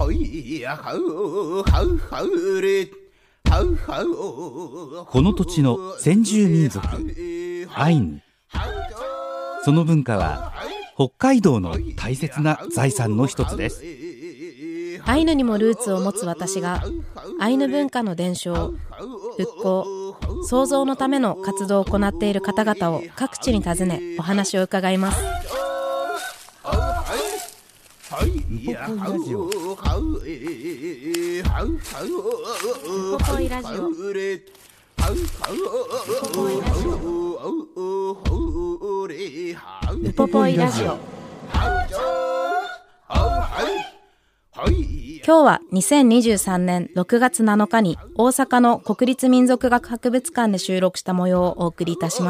この土地の先住民族アイヌ、その文化は北海道の大切な財産の一つです。 アイヌにもルーツを持つ私がアイヌ文化の伝承、復興、創造のための活動を行っている方々を各地に訪ねお話を伺います。 ウポポイラジオ。 ウポポイラジオ。ウポポイラジオ。今日は2023年6月7日に大阪の国立民族学博物館で収録した模様をお送りいたします。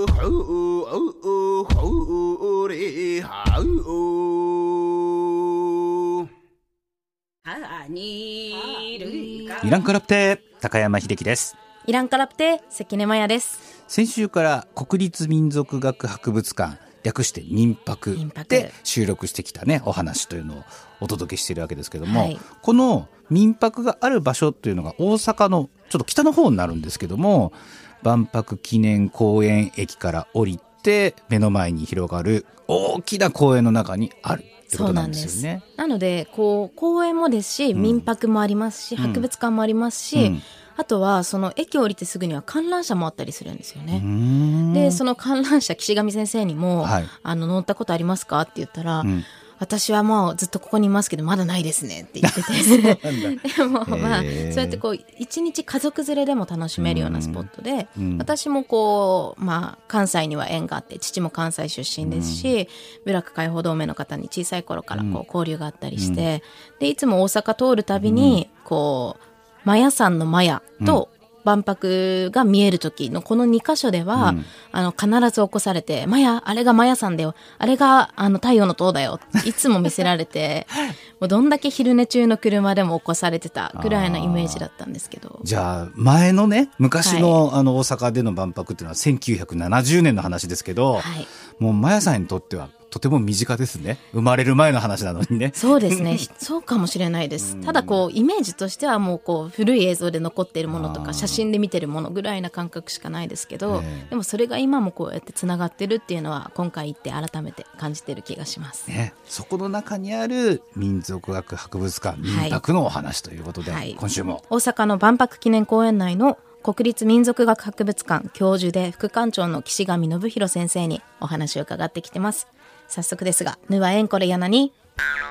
イランカラプテ高山秀樹です。 イランカラプテ関根麻也です。 先週から国立民族学博物館、略して民泊で収録してきたねお話というのをお届けしているわけですけども、はい、この民泊がある場所というのが大阪のちょっと北の方になるんですけども、万博記念公園駅から降りて目の前に広がる大きな公園の中にあるってことなんですよね。 なのでこう公園もですし、民泊もありますし、博物館もありますし、あとはその駅降りてすぐには観覧車もあったりするんですよね。でその観覧車、岸上先生にも、はい、乗ったことありますかって言ったら、私はもうずっとここにいますけどまだないですねって言っててでもまあそうやってこう一日家族連れでも楽しめるようなスポットで、私もこう、まあ、関西には縁があって、父も関西出身ですし、部落解放同盟の方に小さい頃からこう交流があったりして、でいつも大阪通るたびにこうマヤ山のマヤと万博が見える時のこの2カ所では、必ず起こされて、マヤ、あれがマヤ山だよ、あれが太陽の塔だよ、いつも見せられてもうどんだけ昼寝中の車でも起こされてたぐらいなイメージだったんですけど。 じゃあ前のね、昔の、大阪での万博っていうのは1970年の話ですけど、はい、もうマヤさんにとってはとても身近ですね。生まれる前の話なのにね。 そうですねそうかもしれないです。ただこうイメージとしてはもうこう古い映像で残っているものとか写真で見てるものぐらいな感覚しかないですけど、でもそれが今もこうやってつながってるっていうのは今回行って改めて感じてる気がします、ね。 そこの中にある民族学博物館、民泊のお話ということで、はい、今週も大阪の万博記念公園内の国立民族学博物館教授で副館長の岸上信弘先生にお話を伺ってきてます。早速ですが、ぬはえんこれやなに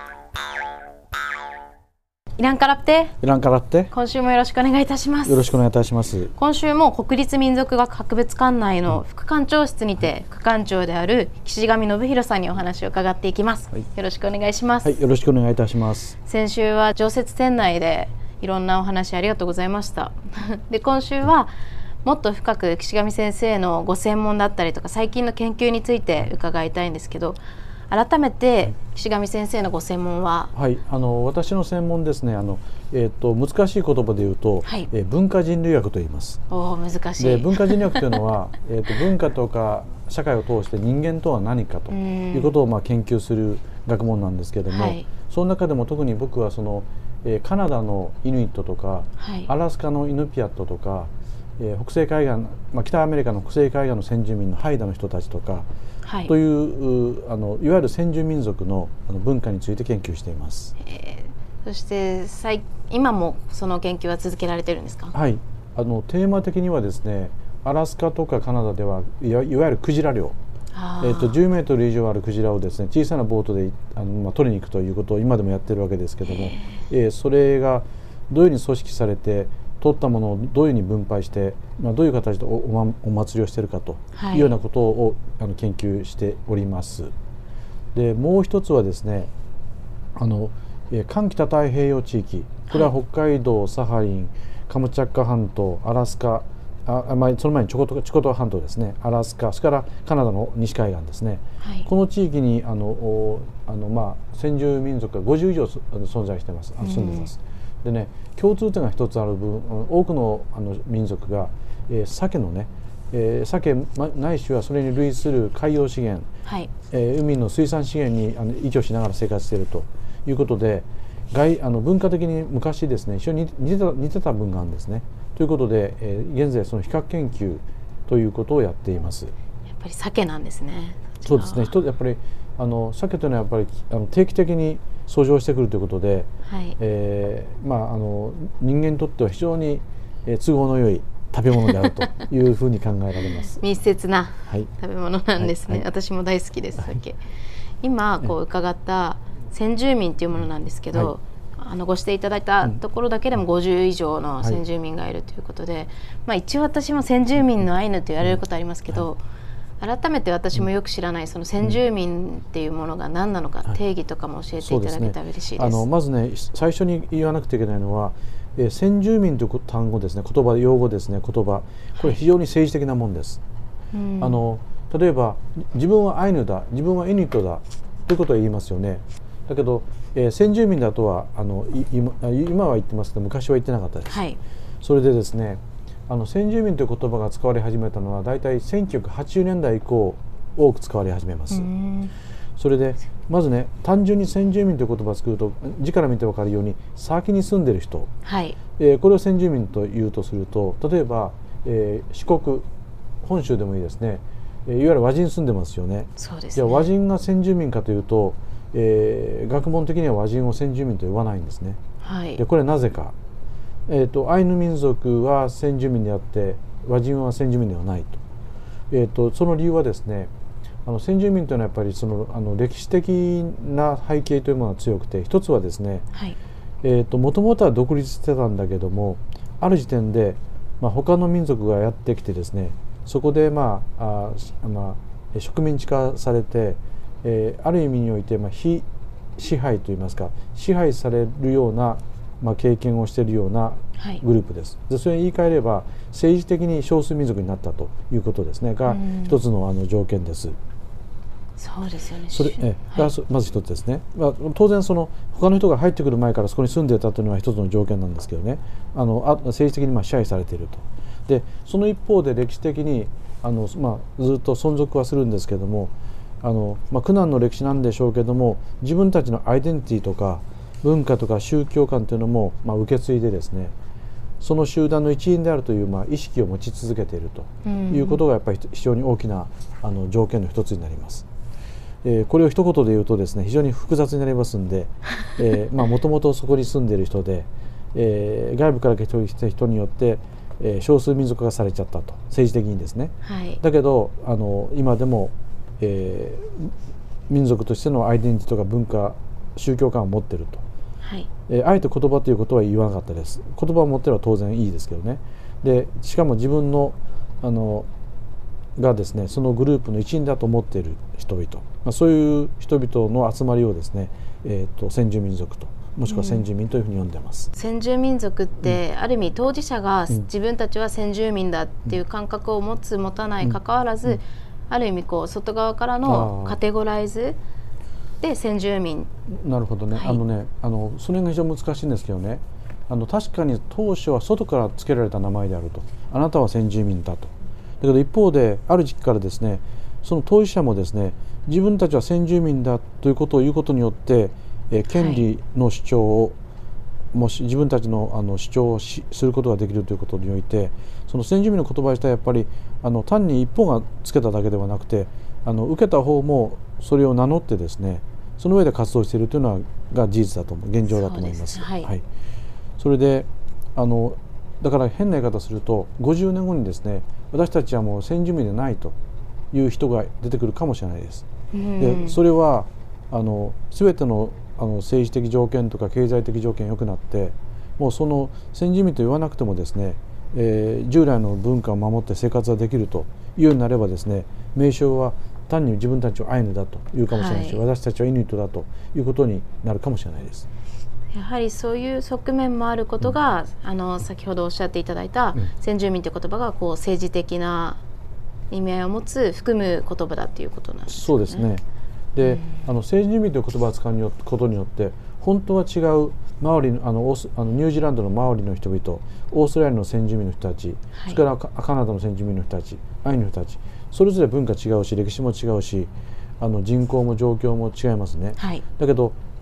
イランカラプテ、今週もよろしくお願いいたします。 よろしくお願いいたします。 今週も国立民族学博物館内の副館長室にて副館長である岸上信弘さんにお話を伺っていきます、はい、よろしくお願いします。 はい、よろしくお願いいたします。 先週は常設展内でいろんなお話ありがとうございましたで今週はもっと深く岸上先生のご専門だったりとか最近の研究について伺いたいんですけど、改めて岸上先生のご専門は。 はい、私の専門ですね、難しい言葉で言うと、はい、文化人類学と言います。 難しい。 で文化人類学というのは文化とか社会を通して人間とは何かということを研究する学問なんですけれども、はい、その中でも特に僕はそのカナダのイヌイットとか、はい、アラスカのイヌピアットとか、北西海岸、北アメリカの北西海岸の先住民のハイダの人たちとか、はい、といういわゆる先住民族の文化について研究しています。 そして今もその研究は続けられているんですか？ はい、テーマ的にはですね、アラスカとかカナダではいわゆるクジラ漁、10メートル以上あるクジラをですね、小さなボートで取りに行くということを今でもやってるわけですけども、それがどういうふうに組織されて取ったものをどういうふうに分配して、どういう形でお祭りをしているかというようなことを、研究しております。でもう一つはですね、環北太平洋地域、これは北海道、サハリン、カムチャッカ半島、アラスカ、その前にチョコト半島ですね、アラスカ、それからカナダの西海岸ですね、はい、この地域に先住民族が50以上存在しています、住んでいます。でね、共通点が一つある分、多くの民族が、鮭のね、鮭ないしはそれに類する海洋資源、はい、海の水産資源に依拠しながら生活しているということで、 文化的に昔ですね非常に似てた文があるんですね。ということで、現在その比較研究ということをやっています。やっぱり鮭なんですね。 そうですね。やっぱり鮭というのはやっぱり定期的に遡上してくるということで、はい、人間にとっては非常に都合の良い食べ物であるというふうに考えられます。 密接な食べ物なんですね。はいはい、私も大好きです、鮭。今伺った先住民というものなんですけど、ご指定いただいたところだけでも50以上の先住民がいるということで、一応私も先住民のアイヌと言われることありますけど、改めて私もよく知らないその先住民っていうものが何なのか、定義とかも教えていただけたら嬉しいです。 まずね、最初に言わなくてはいけないのは、先住民という単語ですね、用語ですね、言葉、これ非常に政治的なものです。例えば自分はアイヌだ、自分はイヌイットだということは言いますよね。だけど、先住民だとは今は言ってますけど、昔は言ってなかったです。はい、それでですね、先住民という言葉が使われ始めたのはだいたい1980年代以降多く使われ始めます。それでまずね、単純に先住民という言葉を作ると字から見て分かるように先に住んでいる人、はい、これを先住民というとすると、例えば、四国本州でもいいですね、いわゆる和人住んでますよね。 そうですね。 和人が先住民かというと、学問的には和人を先住民と呼ばないんですね。はい、でこれはなぜか、アイヌ民族は先住民であって和人は先住民ではないと。その理由はですね、先住民というのはやっぱり歴史的な背景というものが強くて、一つはですね、もともとは独立してたんだけども、ある時点で、他の民族がやってきてですね、そこで植民地化されて、ある意味において非支配といいますか、支配されるような、経験をしているようなグループです。でそれに言い換えれば政治的に少数民族になったということですねが一つの条件です。 そうですよね。 それがまず一つですね。当然他の人が入ってくる前からそこに住んでいたというのは一つの条件なんですけどね、政治的に支配されていると。でその一方で歴史的にずっと存続はするんですけども、苦難の歴史なんでしょうけども、自分たちのアイデンティティとか文化とか宗教観というのも受け継いでですね、その集団の一員であるという意識を持ち続けているということがやっぱり非常に大きな条件の一つになります。これを一言で言うとですね、非常に複雑になりますんで、もともとそこに住んでいる人で、外部から来た人によって、少数民族化されちゃったと、政治的にですね。はい、だけど今でも、民族としてのアイデンティティとか文化宗教観を持っていると。はい、あえて言葉ということは言わなかったです。言葉を持ってれば当然いいですけどね。でしかも自分のがですね、そのグループの一員だと思っている人々、そういう人々の集まりをですね、先住民族ともしくは先住民というふうに呼んでます。 先住民族って、ある意味当事者が自分たちは先住民だっていう感覚を持つ持たないかかわらず、ある意味外側からのカテゴライズで先住民。 なるほどね。その辺が非常に難しいんですけどね、確かに当初は外から付けられた名前であると、あなたは先住民だと。だけど一方である時期からですね、その当事者もですね、自分たちは先住民だということを言うことによって、権利の主張を、もし自分たちの主張をすることができるということにおいて、その先住民の言葉自体やっぱり単に一方がつけただけではなくて、受けた方もそれを名乗ってですね、その上で活動しているというのが事実だと思う、現状だと思います。はい、それでだから変な言い方すると、50年後にですね、私たちはもう先住民でないという人が出てくるかもしれないです。でそれは全ての政治的条件とか経済的条件が良くなって、もうその先住民と言わなくてもですね、従来の文化を守って生活ができるというようになればですね、名称は単に自分たちはアイヌだというかもしれないし、私たちはイヌイットだということになるかもしれないです。 やはりそういう側面もあることが、先ほどおっしゃっていただいた先住民という言葉が政治的な意味合いを含む言葉だということなんですね。 そうですね。で先住民という言葉を使うことによって、本当は違うマオリニュージーランドのマオリの人々、オーストラリアの先住民の人たち、それからカナダの先住民の人たち、アイヌの人たち、それぞれ文化違うし歴史も違うし、人口も状況も違いますね。はい、だけど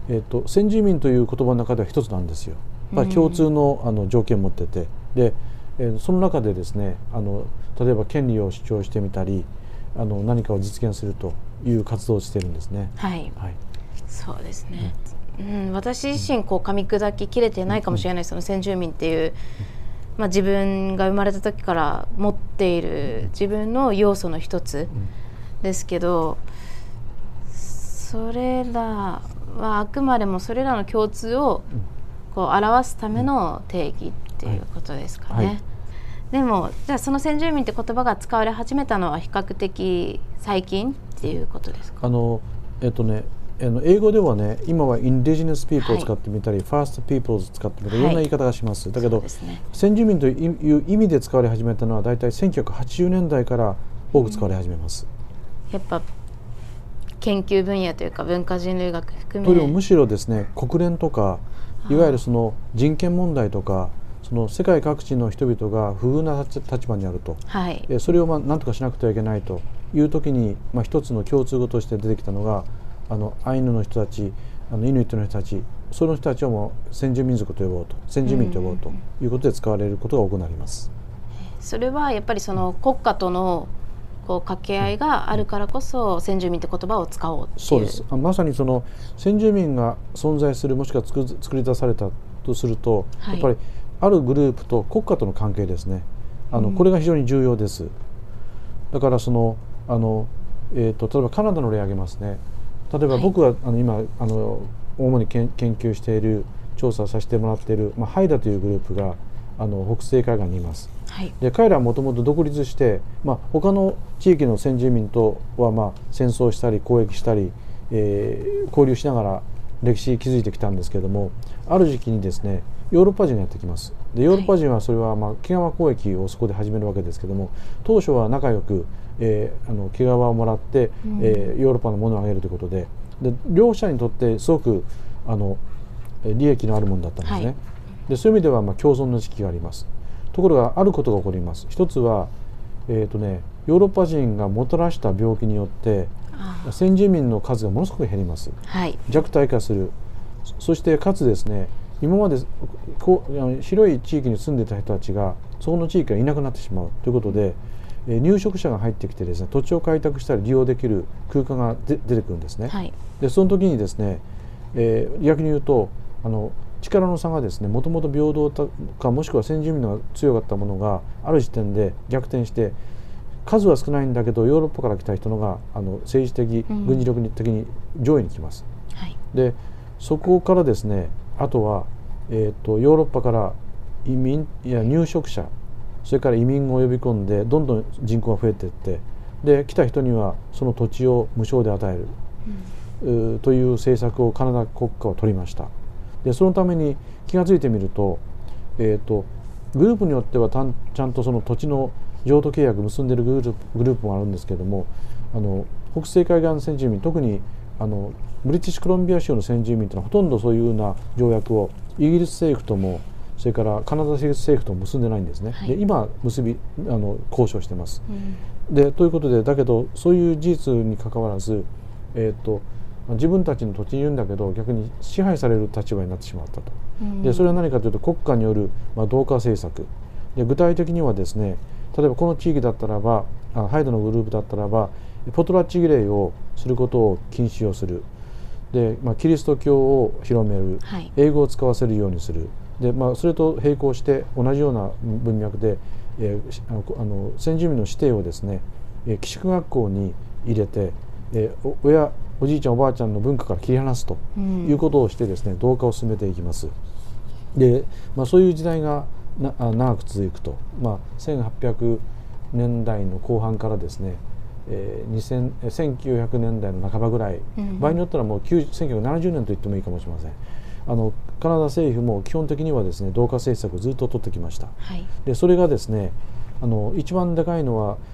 先住民という言葉の中では一つなんですよ。共通の、条件を持ってて、で、その中でですね例えば権利を主張してみたり何かを実現するという活動をしているんですね。 はい、はい、そうですね、私自身噛み砕ききれてないかもしれない、その先住民っていう、自分が生まれた時から持っている自分の要素の一つですけど、それらはあくまでもそれらの共通を表すための定義っていうことですかね。はい、でもじゃあその先住民って言葉が使われ始めたのは比較的最近っていうことですか？ 英語ではね、今は Indigenous people を使ってみたり、First people を使ってみたり、いろんな言い方がします。だけど、先住民という意味で使われ始めたのはだいたい1980年代から多く使われ始めます。 やっぱ研究分野というか文化人類学含め、 というよりもむしろですね、国連とかいわゆるその人権問題とか、その世界各地の人々が不遇な立場にあると、はい、それを何とかしなくてはいけないという時に、一つの共通語として出てきたのがアイヌの人たち、イヌイットの人たち、その人たちをもう先住民族と呼ぼうと、先住民と呼ぼうということで使われることが多くなります。 それはやっぱりその国家との掛け合いがあるからこそ先住民って言葉を使おうっていう。 そうです。まさにその先住民が存在する、もしくは作り出されたとすると、はい、やっぱりあるグループと国家との関係ですね。これが非常に重要です。だからその例えばカナダの例を挙げますね。例えば僕は今主に研究している、調査させてもらっている、ハイダというグループが北西海岸にいます。はい、で彼らはもともと独立して、他の地域の先住民とは戦争したり交易したり、交流しながら歴史築いてきたんですけれども、ある時期にですねヨーロッパ人がやってきます。でヨーロッパ人はそれは毛皮交易をそこで始めるわけですけれども、当初は仲良く毛皮をもらって、ヨーロッパのものをあげるということで、両者にとってすごく利益のあるものだったんですね。はい、でそういう意味では共存の時期があります。ところがあることが起こります。一つは、ヨーロッパ人がもたらした病気によって先住民の数がものすごく減ります。はい、弱体化する。そしてかつですね、今まで広い地域に住んでいた人たちがそこの地域がいなくなってしまうということで、入植者が入ってきてですね、土地を開拓したり利用できる空間が出てくるんですね。はい、でその時にですね、逆に言うと力の差がですね、もともと平等かもしくは先住民が強かったものがある時点で逆転して、数は少ないんだけどヨーロッパから来た人のが政治的、軍事力的に上位に来ます。はい、でそこからですね、あとは、ヨーロッパから移民や入植者、それから移民を呼び込んでどんどん人口が増えていって、で来た人にはその土地を無償で与える、という政策をカナダ国家は取りました。でそのために気が付いてみると、グループによってはちゃんとその土地の譲渡契約を結んでいるグループもあるんですけれども、北西海岸先住民、特にブリティッシュコロンビア州の先住民というのはほとんどそういうような条約をイギリス政府ともそれからカナダ政府とも結んでないんですね。はい、で今交渉してます。でということで、だけどそういう事実にかかわらず、自分たちの土地にいるんだけど逆に支配される立場になってしまったと。でそれは何かというと国家による同化政策で、具体的にはですね、例えばこの地域だったらばハイドのグループだったらばポトラッチ儀礼をすることを禁止をする。で、キリスト教を広める、はい、英語を使わせるようにする。でそれと並行して同じような文脈で、先住民の指定をですね、寄宿学校に入れて、おじいちゃんおばあちゃんの文化から切り離すということをしてですね、同化を進めていきます。で、そういう時代が長く続くと、1800年代の後半からですね、1900年代の半ばぐらい、場合によったらもう1970年と言ってもいいかもしれません。カナダ政府も基本的にはですね、同化政策をずっと取ってきました。はい、でそれがですね、一番でかいのは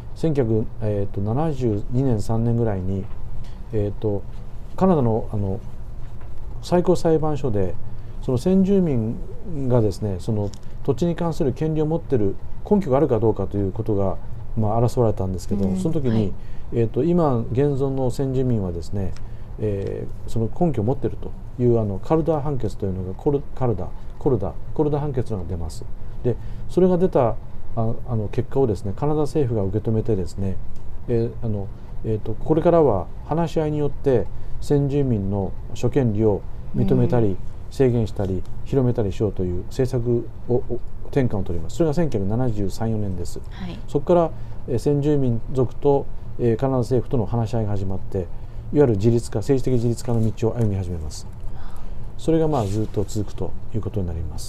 1972年3年ぐらいに、カナダの最高裁判所でその先住民がですね、その土地に関する権利を持っている根拠があるかどうかということが争われたんですけど、その時に、はい、今現存の先住民はですね、 その根拠を持っているというカルダー判決というのがコルダ判決というのが出ます。でそれが出た結果をですねカナダ政府が受け止めてですね、これからは話し合いによって先住民の諸権利を認めたり、制限したり広めたりしようという政策を転換を取ります。それが1973、4年です。 はい、 そこから先住民族とカナダ政府との話し合いが始まって、いわゆる政治的自立化の道を歩み始めます。それがずっと続くということになります。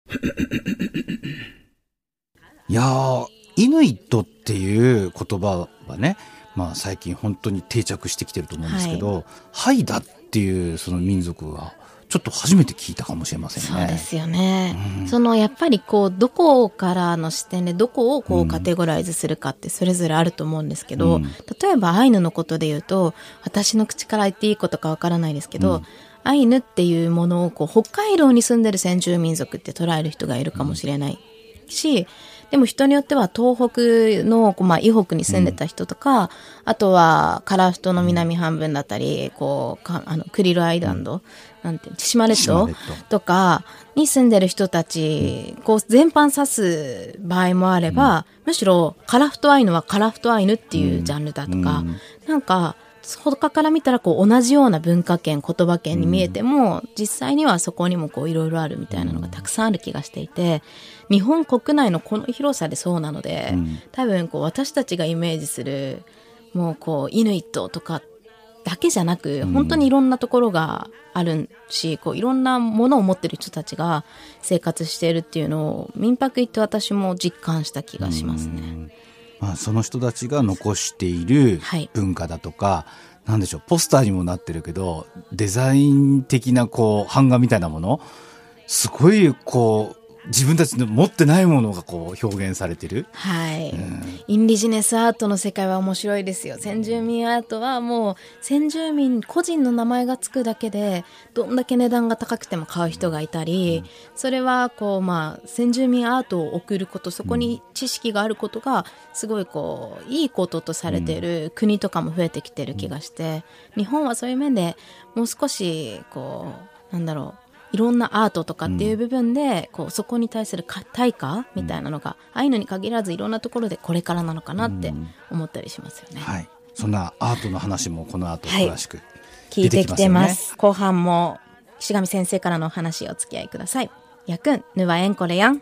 いやー、イヌイットっていう言葉はね、最近本当に定着してきてると思うんですけど、ハイダっていうその民族はちょっと初めて聞いたかもしれませんね。 そうですよね。やっぱりどこからの視点でどこをカテゴライズするかってそれぞれあると思うんですけど、例えばアイヌのことで言うと、私の口から言っていいことかわからないですけど、アイヌっていうものを北海道に住んでる先住民族って捉える人がいるかもしれないし、でも人によっては東北の、以北に住んでた人とか、あとはカラフトの南半分だったり、クリルアイランド、なんて千島列島とかに住んでる人たち、全般指す場合もあれば、むしろカラフトアイヌはカラフトアイヌっていうジャンルだとか、なんか他から見たら同じような文化圏言葉圏に見えても、実際にはそこにもいろいろあるみたいなのがたくさんある気がしていて、日本国内のこの広さでそうなので、多分私たちがイメージするもうイヌイットとかだけじゃなく、本当にいろんなところがあるし、いろんなものを持ってる人たちが生活しているっていうのを民泊行って私も実感した気がしますね。 その人たちが残している文化だとか、なんでしょう、ポスターにもなってるけどデザイン的な版画みたいなもの、すごい自分たちの持ってないものが表現されてる。 はい、インディジネスアートの世界は面白いですよ。先住民アートはもう先住民個人の名前がつくだけでどんだけ値段が高くても買う人がいたり、それは先住民アートを送ること、そこに知識があることがすごいいいこととされている国とかも増えてきてる気がして、日本はそういう面でもう少しいろんなアートとかっていう部分で、そこに対する対価みたいなのが、アイヌに限らずいろんなところでこれからなのかなって思ったりしますよね。 はい、そんなアートの話もこの後詳しく聞いてきてます。後半も岸上先生からのお話お付き合いください。やくんぬわえんこれやん。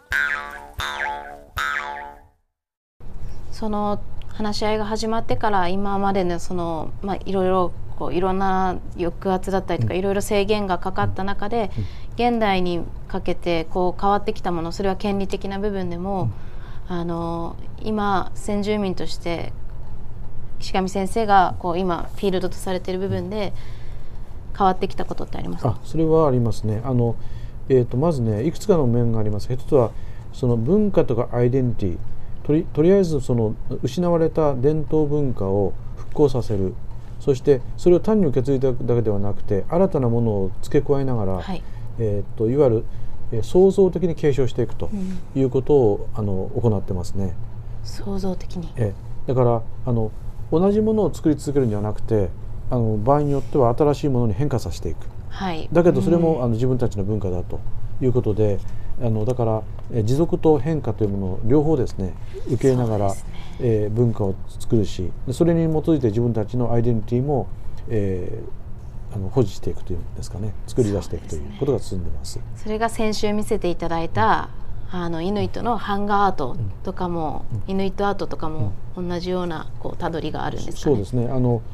その話し合いが始まってから今までのいろいろいろんな抑圧だったりとかいろいろ制限がかかった中で、現代にかけて変わってきたもの、それは権利的な部分でも、今先住民として岸上先生が今フィールドとされている部分で変わってきたことってありますか？ それはありますね。まずね、いくつかの面があります。一つはその文化とかアイデンティティ、とりあえずその失われた伝統文化を復興させる。そしてそれを単に受け継いだだけではなくて、新たなものを付け加えながら、いわゆる創造的に継承していくということを、行ってますね。 創造的に。 だから同じものを作り続けるんじゃなくて、場合によっては新しいものに変化させていく。だけどそれも自分たちの文化だということで、だから持続と変化というものを両方ですね受け入れながら、文化を作るし、それに基づいて自分たちのアイデンティティも、保持していくというんですかね、作り出していくということが進んでます。 それが先週見せていただいたイヌイットの版画アートとかも、イヌイットアートとかも同じようなたどりがあるんですかね。 そうですね。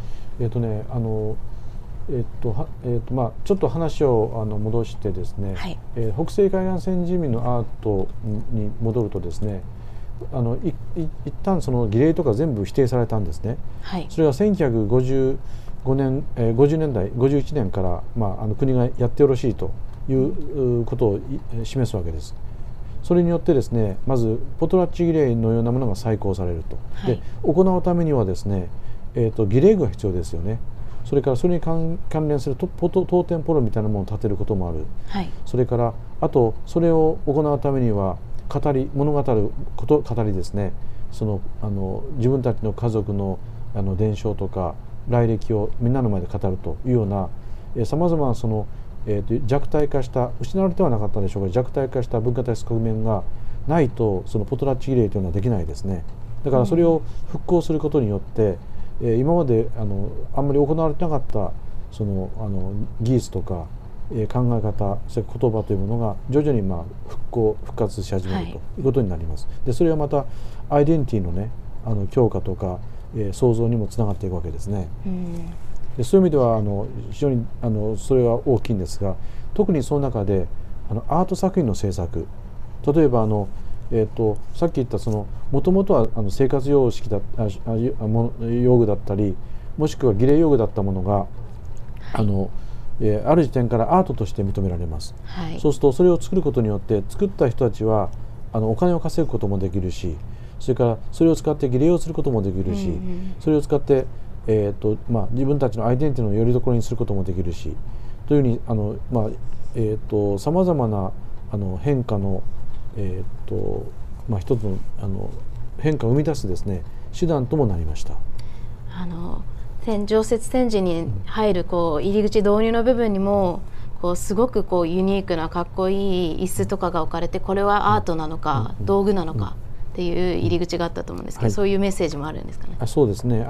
ちょっと話を戻してですね、北西海岸先住民のアートに戻るとですね、一旦その儀礼とか全部否定されたんですね。それが1955年、50年代51年から、国がやってよろしいということを示すわけです。それによってですね、まずポトラッチ儀礼のようなものが再興されると。で行うためにはですね、儀礼具が必要ですよね。それからそれに関連する当店ポロみたいなものを建てることもある。それからあとそれを行うためには物語ること語りですね、自分たちの家族の伝承とか来歴をみんなの前で語るというようなさまざまなその、弱体化した失われてはなかったでしょうが弱体化した文化的側面がないとそのポトラッチ儀礼というのはできないですね。だからそれを復興することによって、今まであんまり行われてなかったその技術とか、考え方それ言葉というものが徐々に復活し始めるということになります。でそれはまたアイデンティティのね強化とか、創造にもつながっていくわけですね。でそういう意味では非常にそれは大きいんですが、特にその中でアート作品の制作、例えばさっき言ったもともとは生活用具だったりもしくは儀礼用具だったものが、ある時点からアートとして認められます、そうするとそれを作ることによって作った人たちはお金を稼ぐこともできるし、それからそれを使って儀礼をすることもできるし、それを使って、自分たちのアイデンティティの拠り所にすることもできるしというふうにさまざまな変化の一つの変化を生み出すですね手段ともなりました。 常設展示に入る入り口導入の部分にもすごくユニークなかっこいい椅子とかが置かれて、これはアートなのか、道具なのかっていう入り口があったと思うんですけど、そういうメッセージもあるんですかね。 そうですね。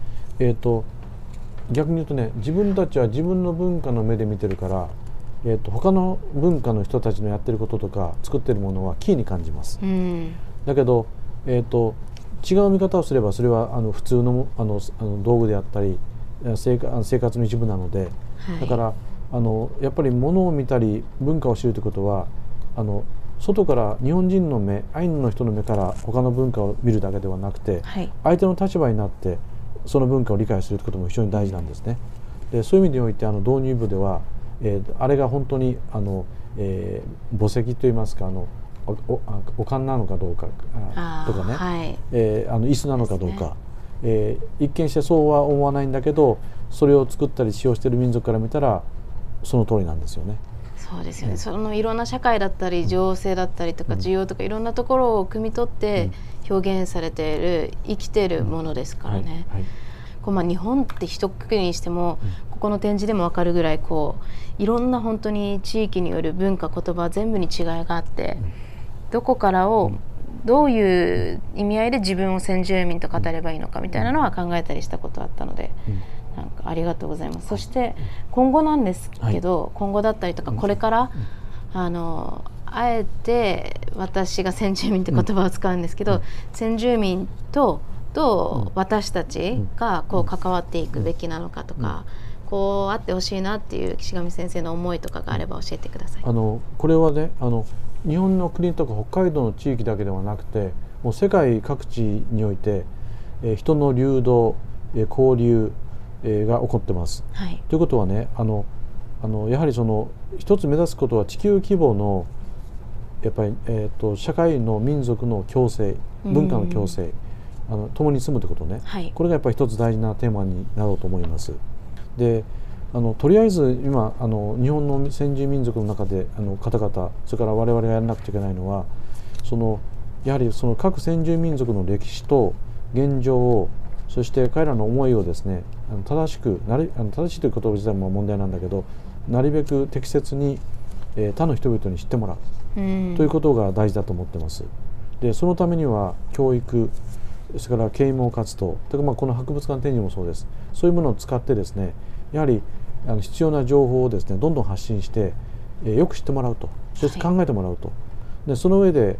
逆に言うとね、自分たちは自分の文化の目で見てるから、他の文化の人たちのやってることとか作ってるものはキーに感じます、だけど、違う見方をすればそれは普通の道具であったり生活の一部なので、だからやっぱり物を見たり文化を知るということは外から日本人の目、アイヌの人の目から他の文化を見るだけではなくて、相手の立場になってその文化を理解するということも非常に大事なんですね。でそういう意味において導入部では、あれが本当に墓石といいますかお棺なのかどうかとかね、椅子なのかどうか、一見してそうは思わないんだけど、それを作ったり使用している民族から見たらその通りなんですよね。 そうですよね。そのいろんな社会だったり情勢だったりとか需要とかいろんなところを汲み取って表現されている生きているものですからね。日本って一括りにしても、ここの展示でも分かるぐらいいろんな本当に地域による文化言葉全部に違いがあって、どこからをどういう意味合いで自分を先住民と語ればいいのかみたいなのは考えたりしたことあったので、なんかありがとうございます。そして今後なんですけど、今後だったりとかこれからあえて私が先住民って言葉を使うんですけど、先住民とどう私たちが関わっていくべきなのかとか、こうあってほしいなっていう岸上先生の思いとかがあれば教えてください。 これはね日本の国とか北海道の地域だけではなくて、もう世界各地において、人の流動、交流、が起こってます、ということはねやはり一つ目指すことは地球規模のやっぱり、社会の民族の共生、文化の共生、共に住むということね、これがやっぱり一つ大事なテーマになろうと思います。でとりあえず今日本の先住民族の中で方々、それから我々がやらなくちゃいけないのはやはり各先住民族の歴史と現状を、そして彼らの思いをですね正しいということ自体も問題なんだけど、なるべく適切に、他の人々に知ってもらう、ということが大事だと思ってます。でそのためには教育、それから啓蒙活動、この博物館展示もそうです。そういうものを使ってですね、やはり必要な情報をですねどんどん発信して、よく知ってもらうと、そして考えてもらうと、でその上で、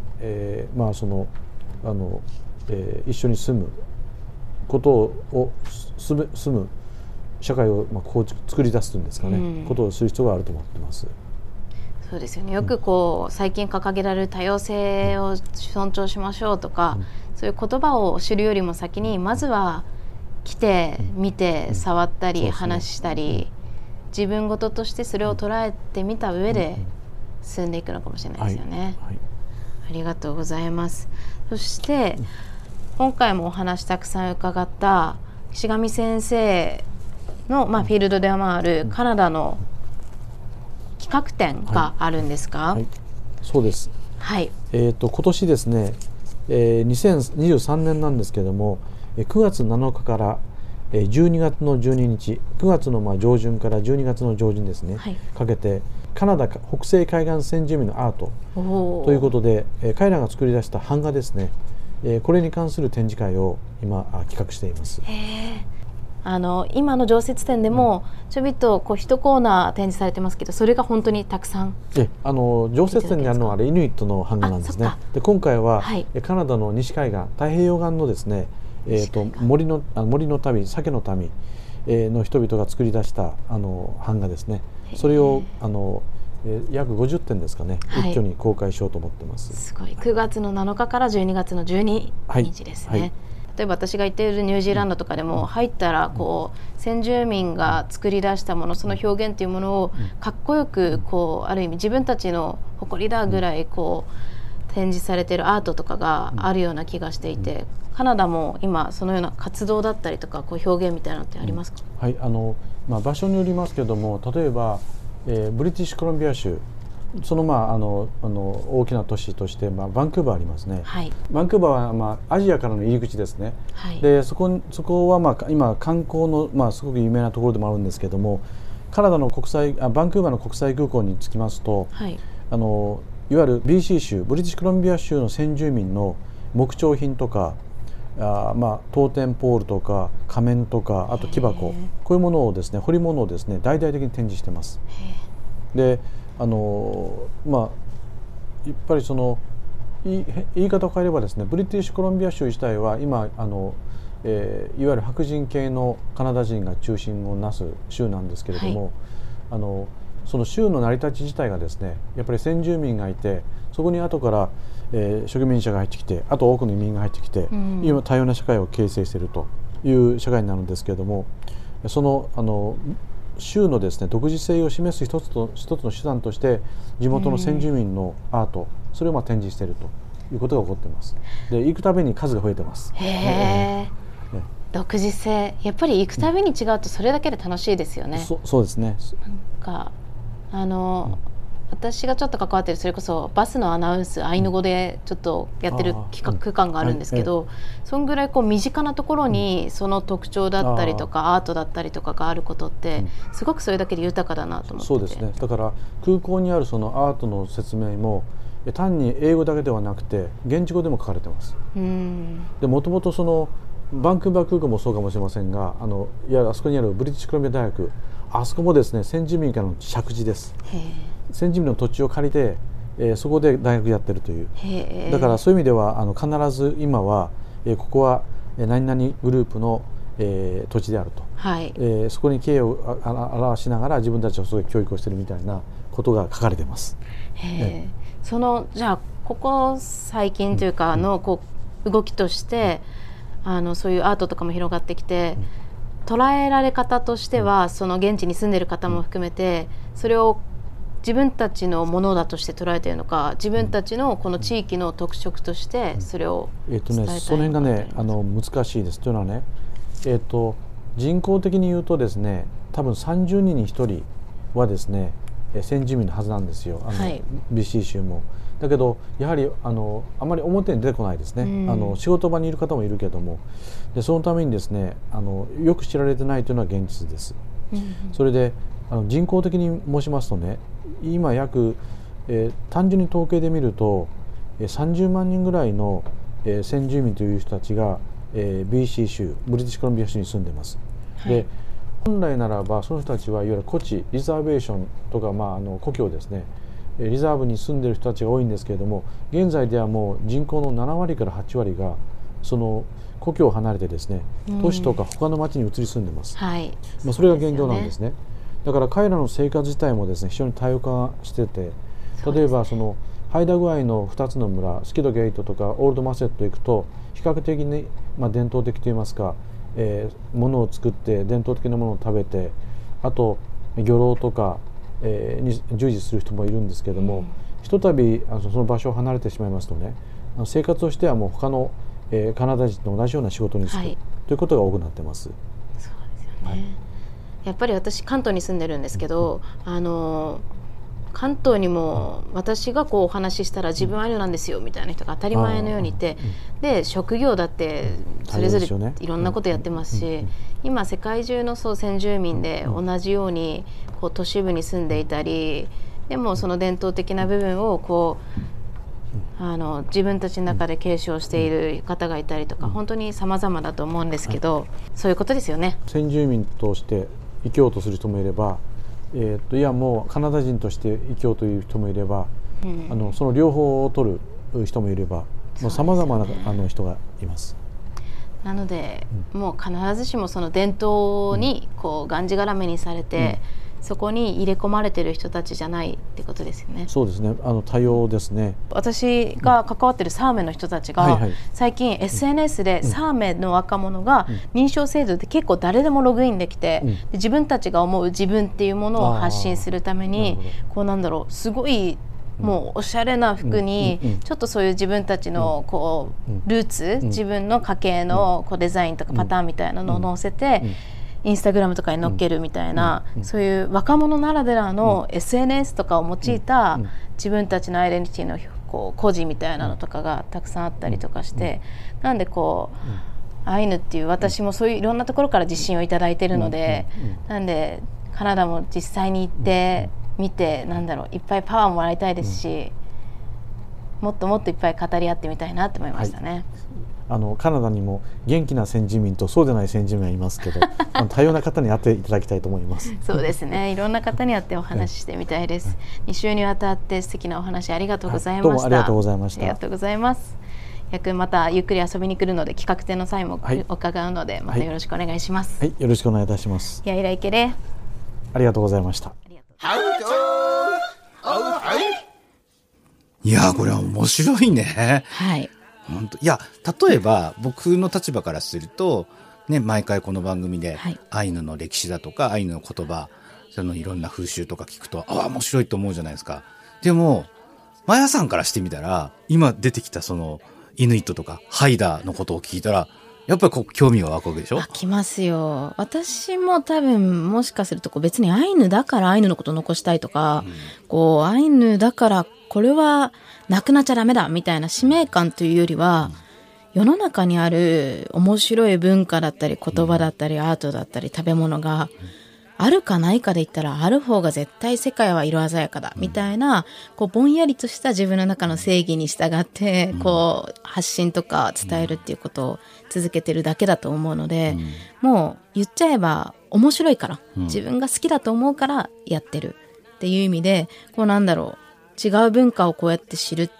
一緒に住むことを住む社会を作り出すというんですかね、ことをする必要があると思ってます。 そうですよね。よく最近掲げられる多様性を尊重しましょうとか、そういう言葉を知るよりも先にまずは来て見て触ったり話したり、自分事としてそれを捉えてみた上で進んでいくのかもしれないですよね。ありがとうございます。そして今回もお話たくさん伺った岸上先生の、フィールドで回るカナダの企画展があるんですか？ そうです。今年ですね、2023年なんですけれども、9月7日から、 12月の12日9月の上旬から12月の上旬ですね、かけてカナダ北西海岸先住民のアートということで、彼らが作り出した版画ですね、これに関する展示会を今企画しています。 今の常設展でもちょびっと一コーナー展示されてますけど、それが本当にたくさん常設展にあるのはイヌイットの版画なんですね。で今回は、カナダの西海岸太平洋岸のですね、森の民、鮭の民の人々が作り出した版画ですね。それを約50点ですかね、一挙に公開しようと思ってます。 すごい。9月の7日から12月の12日ですね。例えば私が行っているニュージーランドとかでも入ったら先住民が作り出したもの、その表現というものをかっこよくある意味自分たちの誇りだぐらい展示されているアートとかがあるような気がしていて、カナダも今そのような活動だったりとか表現みたいなのってありますか？ 場所によりますけども、例えば、ブリティッシュコロンビア州、その大きな都市として、バンクーバーありますね。バンクーバーは、アジアからの入り口ですね。でそこは、今観光の、すごく有名なところでもあるんですけども、バンクーバーの国際空港に着きますと、いわゆる BC 州ブリティッシュコロンビア州の先住民の木彫品とかトーテンポールとか仮面とか、あと木箱、こういうものをですね、彫り物をですね、大々的に展示してます。でやっぱり言い方を変えればですね、ブリティッシュコロンビア州自体は今いわゆる白人系のカナダ人が中心をなす州なんですけれども、その州の成り立ち自体がですね、やっぱり先住民がいて、そこに後から、植民者が入ってきて、あと多くの移民が入ってきて、今多様な社会を形成しているという社会になるんですけれども、その州のですね、独自性を示す一つの手段として地元の先住民のアート、それを展示しているということが起こっています。で行くたびに数が増えてます。 独自性、やっぱり行くたびに違うとそれだけで楽しいですよね。 そうですね。 私がちょっと関わっている、それこそバスのアナウンス、アイヌ語でちょっとやってる区間があるんですけど、そんぐらい身近なところにその特徴だったりとかアートだったりとかがあることって、すごくそれだけで豊かだなと思ってて。 そうですね。だから空港にあるそのアートの説明も単に英語だけではなくて現地語でも書かれてます。でもともとそのバンクーバー空港もそうかもしれませんが、あそこにあるブリティッシュコロンビア大学、あそこもですね、先住民からの借地です。先住民の土地を借りて、そこで大学やってるという。だからそういう意味では必ず今は、ここは何々グループの、土地であると、そこに敬意を表しながら自分たちをすごい教育をしているみたいなことが書かれています。 じゃあここ最近というかの動きとして、そういうアートとかも広がってきて、捉えられ方としては、その現地に住んでいる方も含めてそれを自分たちのものだとして捉えているのか、自分たちのこの地域の特色としてそれを伝えたいのか、 その辺がね難しいです。というのはね、人口的に言うとですね、多分30人に1人はですね先住民のはずなんですよ、BC 州も。だけどやはりあまり表に出てこないですね。仕事場にいる方もいるけども、でそのためにですねよく知られてないというのは現実です。それで人口的に申しますとね、今約、単純に統計で見ると30万人ぐらいの、先住民という人たちが、BC 州ブリティッシュコロンビア州に住んでいます。で本来ならばその人たちはいわゆる古地リザーベーションとか、故郷ですね、リザーブに住んでいる人たちが多いんですけれども、現在ではもう人口の7割から8割がその故郷を離れてですね、都市とか他の町に移り住んでます。それが現状なんですね。だから彼らの生活自体もですね非常に多様化してて、例えばそのハイダグアイの2つの村、スキドゲートとかオールドマセット行くと比較的に、伝統的といいますか、ものを作って伝統的なものを食べて、あと漁労とか、に従事する人もいるんですけれども、ひとたびその場所を離れてしまいますとね、生活としてはもう他の、カナダ人と同じような仕事に就く、ということが多くなってます。 そうですよね。やっぱり私関東に住んでるんですけど、 関東にも私がこうお話ししたら自分アイヌなんですよみたいな人が当たり前のようにいて、で職業だってそれぞれいろんなことやってますし、今世界中の先住民で同じようにこう都市部に住んでいたり、でもその伝統的な部分をこう自分たちの中で継承している方がいたりとか、本当に様々だと思うんですけど、そういうことですよね。 先住民として生きようとする人もいれば、いやもうカナダ人として生きようという人もいれば、その両方を取る人もいれば、さまざまな人がいます。 なので、もう必ずしもその伝統にこうがんじがらめにされて、そこに入れ込まれている人たちじゃないってことですよね。 そうですね、多様ですね。 私が関わっているサーメの人たちが、最近 SNS でサーメの若者が認証制度で結構誰でもログインできて、で自分たちが思う自分っていうものを発信するために、こうなんだろう、すごいもうおしゃれな服にちょっとそういう自分たちのこうルーツ、自分の家系のこうデザインとかパターンみたいなのを載せて、インスタグラムとかに載っけるみたいな、そういう若者ならではの SNS とかを用いた自分たちのアイデンティティのこう孤児みたいなのとかがたくさんあったりとかして、なんでこうアイヌっていう、私もそういういろんなところから自信をいただいているので、なんでカナダも実際に行って見て、なんだろう、いっぱいパワーもらいたいですし、もっともっといっぱい語り合ってみたいなって思いましたね。 カナダにも元気な先住民とそうでない先住民はいますけど、多様な方に会っていただきたいと思います。 そうですね、いろんな方に会ってお話ししてみたいです。2週にわたって素敵なお話ありがとうございました。 どうもありがとうございました。 ありがとうございます。またゆっくり遊びに来るので、企画展の際も伺うので、またよろしくお願いします。 はい、よろしくお願いいたします。 やいらいけれ。 ありがとうございました。 いや、これは面白いね。 はい。 本当、いや、例えば僕の立場からすると、ね、毎回この番組でアイヌの歴史だとかアイヌの言葉、そのいろんな風習とか聞くと、ああ面白いと思うじゃないですか。でもマヤさんからしてみたら、今出てきたそのイヌイットとかハイダーのことを聞いたら、やっぱり興味が湧くわけでしょ。 湧きますよ。私も多分もしかすると別にアイヌだからアイヌのことを残したいとか、アイヌだからこれはなくなっちゃダメだみたいな使命感というよりは、世の中にある面白い文化だったり言葉だったりアートだったり食べ物があるかないかで言ったら、ある方が絶対世界は色鮮やかだみたいな、ぼんやりとした自分の中の正義に従って発信とか伝えるっていうことを続けてるだけだと思うので、もう言っちゃえば面白いから、自分が好きだと思うからやってるっていう意味で、なんだろう、違う文化をこうやって知るって、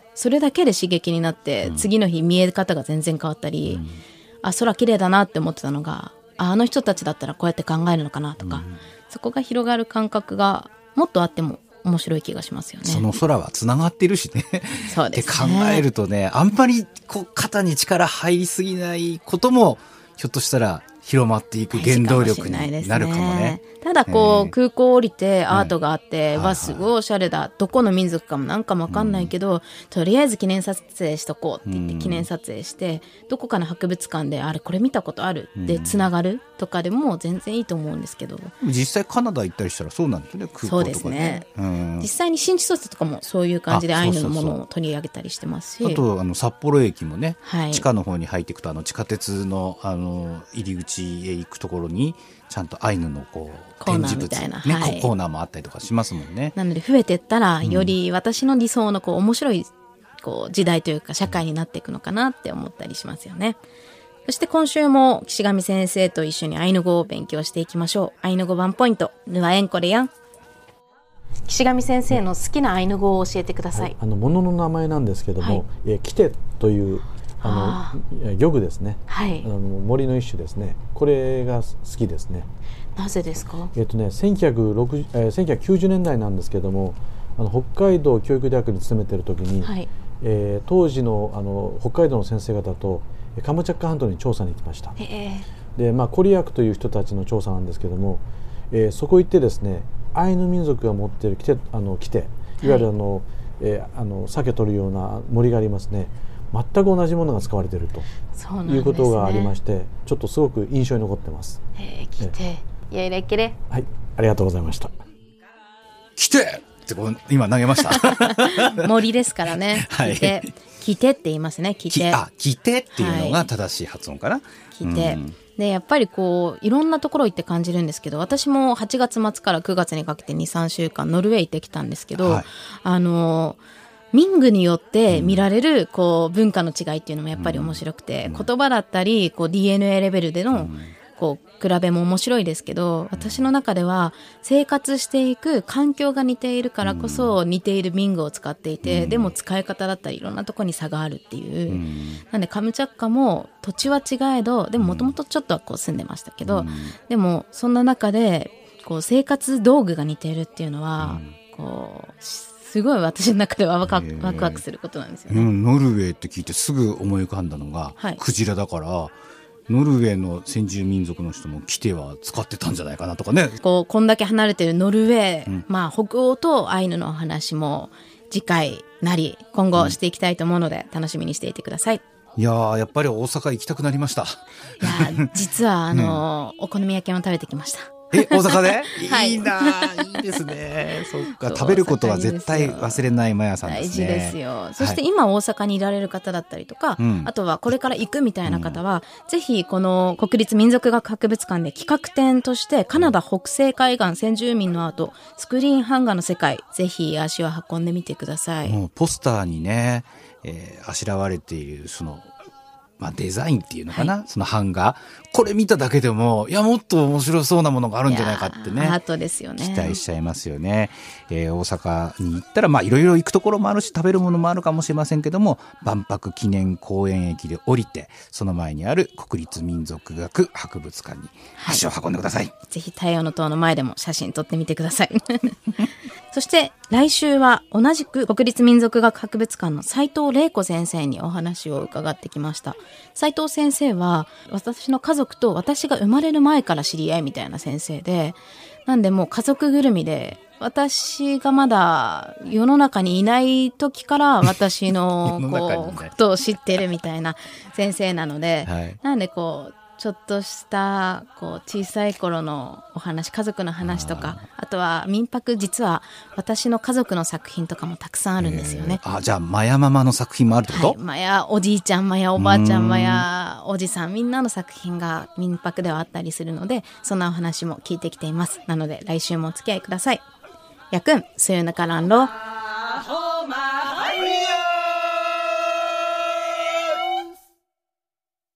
それだけで刺激になって、次の日見え方が全然変わったり、空綺麗だなって思ってたのが、あの人たちだったらこうやって考えるのかなとか、そこが広がる感覚がもっとあっても面白い気がしますよね。 その空はつながってるしね。 そうですね。 って考えるとね、あんまり肩に力入りすぎないこともひょっとしたら広まっていく原動力になるかもね。 ただ空港降りてアートがあって、すごいおしゃれだ、どこの民族かもなんかもわかんないけど、とりあえず記念撮影しとこうって言って記念撮影して、どこかの博物館であれこれ見たことあるってつながるとかでも全然いいと思うんですけど、 実際カナダ行ったりしたらそうなんですよね、空港とか。 そうですね、実際に新千歳とかもそういう感じでアイヌのものを取り上げたりしてますし、 あと札幌駅もね、地下の方に入っていくと地下鉄の入り口へ行くところにちゃんとアイヌの展示物コーナーもあったりとかしますもんね。 なので増えていったら、より私の理想の面白い時代というか社会になっていくのかなって思ったりしますよね。そして今週も岸上先生と一緒にアイヌ語を勉強していきましょう。アイヌ語ワンポイント、ヌアエンコレヤン。岸上先生の好きなアイヌ語を教えてください。 物の名前なんですけども、キテという漁具ですね、森の一種ですね。これが好きですね。 なぜですか ？1990年代なんですけども、北海道教育大学に勤めている時に、当時の北海道の先生方とカムチャッカ半島に調査に行きました。で、コリアクという人たちの調査なんですけども、そこ行ってですね、アイヌ民族が持っているキテ、いわゆる鮭取るような森がありますね。全く同じものが使われているということがありまして、ちょっとすごく印象に残ってます。 キテ、やいらっけれ。 はい、ありがとうございました。 キテっって今投げました森ですからね。 はい、 来てって言いますね。来て。 来てっていうのが正しい発音かな。 来て。でやっぱりいろんなところ行って感じるんですけど、私も8月末から9月にかけて 2,3 週間ノルウェー行ってきたんですけど、はい、民具によって見られる文化の違いっていうのもやっぱり面白くて、言葉だったりDNA レベルでの比べも面白いですけど、私の中では生活していく環境が似ているからこそ似ている民具を使っていて、でも使い方だったりいろんなところに差があるっていう、なんでカムチャッカも土地は違えど、でももともとちょっとは住んでましたけど、でもそんな中で生活道具が似ているっていうのはすごい私の中ではワクワクすることなんですよね。 ノルウェーって聞いてすぐ思い浮かんだのが、はい、クジラだから、ノルウェーの先住民族の人もキテは使ってたんじゃないかなとかね。 こんだけ離れてるノルウェー、北欧とアイヌのお話も次回なり今後していきたいと思うので、楽しみにしていてください。 いややっぱり大阪行きたくなりました。 いや実はお好み焼きも食べてきました。 大阪ではい、 いいな、いいですね。そっか、食べることは絶対忘れないマヤさんですね。 大事ですよ。そして今大阪にいられる方だったりとか、あとはこれから行くみたいな方は、ぜひこの国立民族学博物館で企画展としてカナダ北西海岸先住民のアートスクリーン版画の世界、ぜひ足を運んでみてください。 もうポスターにね、あしらわれているデザインっていうのかな、はい、その版画、これ見ただけでももっと面白そうなものがあるんじゃないかってね、 アートですよね、 期待しちゃいますよね。大阪に行ったらいろいろ行くところもあるし食べるものもあるかもしれませんけども、万博記念公園駅で降りてその前にある国立民族学博物館に足を運んでください、はい、 ぜひ太陽の塔の前でも写真撮ってみてくださいそして来週は同じく国立民族学博物館の斉藤玲子先生にお話を伺ってきました。斉藤先生は私の家族と私が生まれる前から知り合いみたいな先生で、なんでもう家族ぐるみで、私がまだ世の中にいない時から私のことを知ってるみたいな先生なので、はい、なんでちょっとした小さい頃のお話、家族の話とか、あとは民泊、実は私の家族の作品とかもたくさんあるんですよね。 じゃあマヤママの作品もあるってこと？ はい、マヤおじいちゃん、マヤおばあちゃん、マヤおじさん、みんなの作品が民泊ではあったりするので、そんなお話も聞いてきています。なので来週もお付き合いください。やくん、スユナカランロー。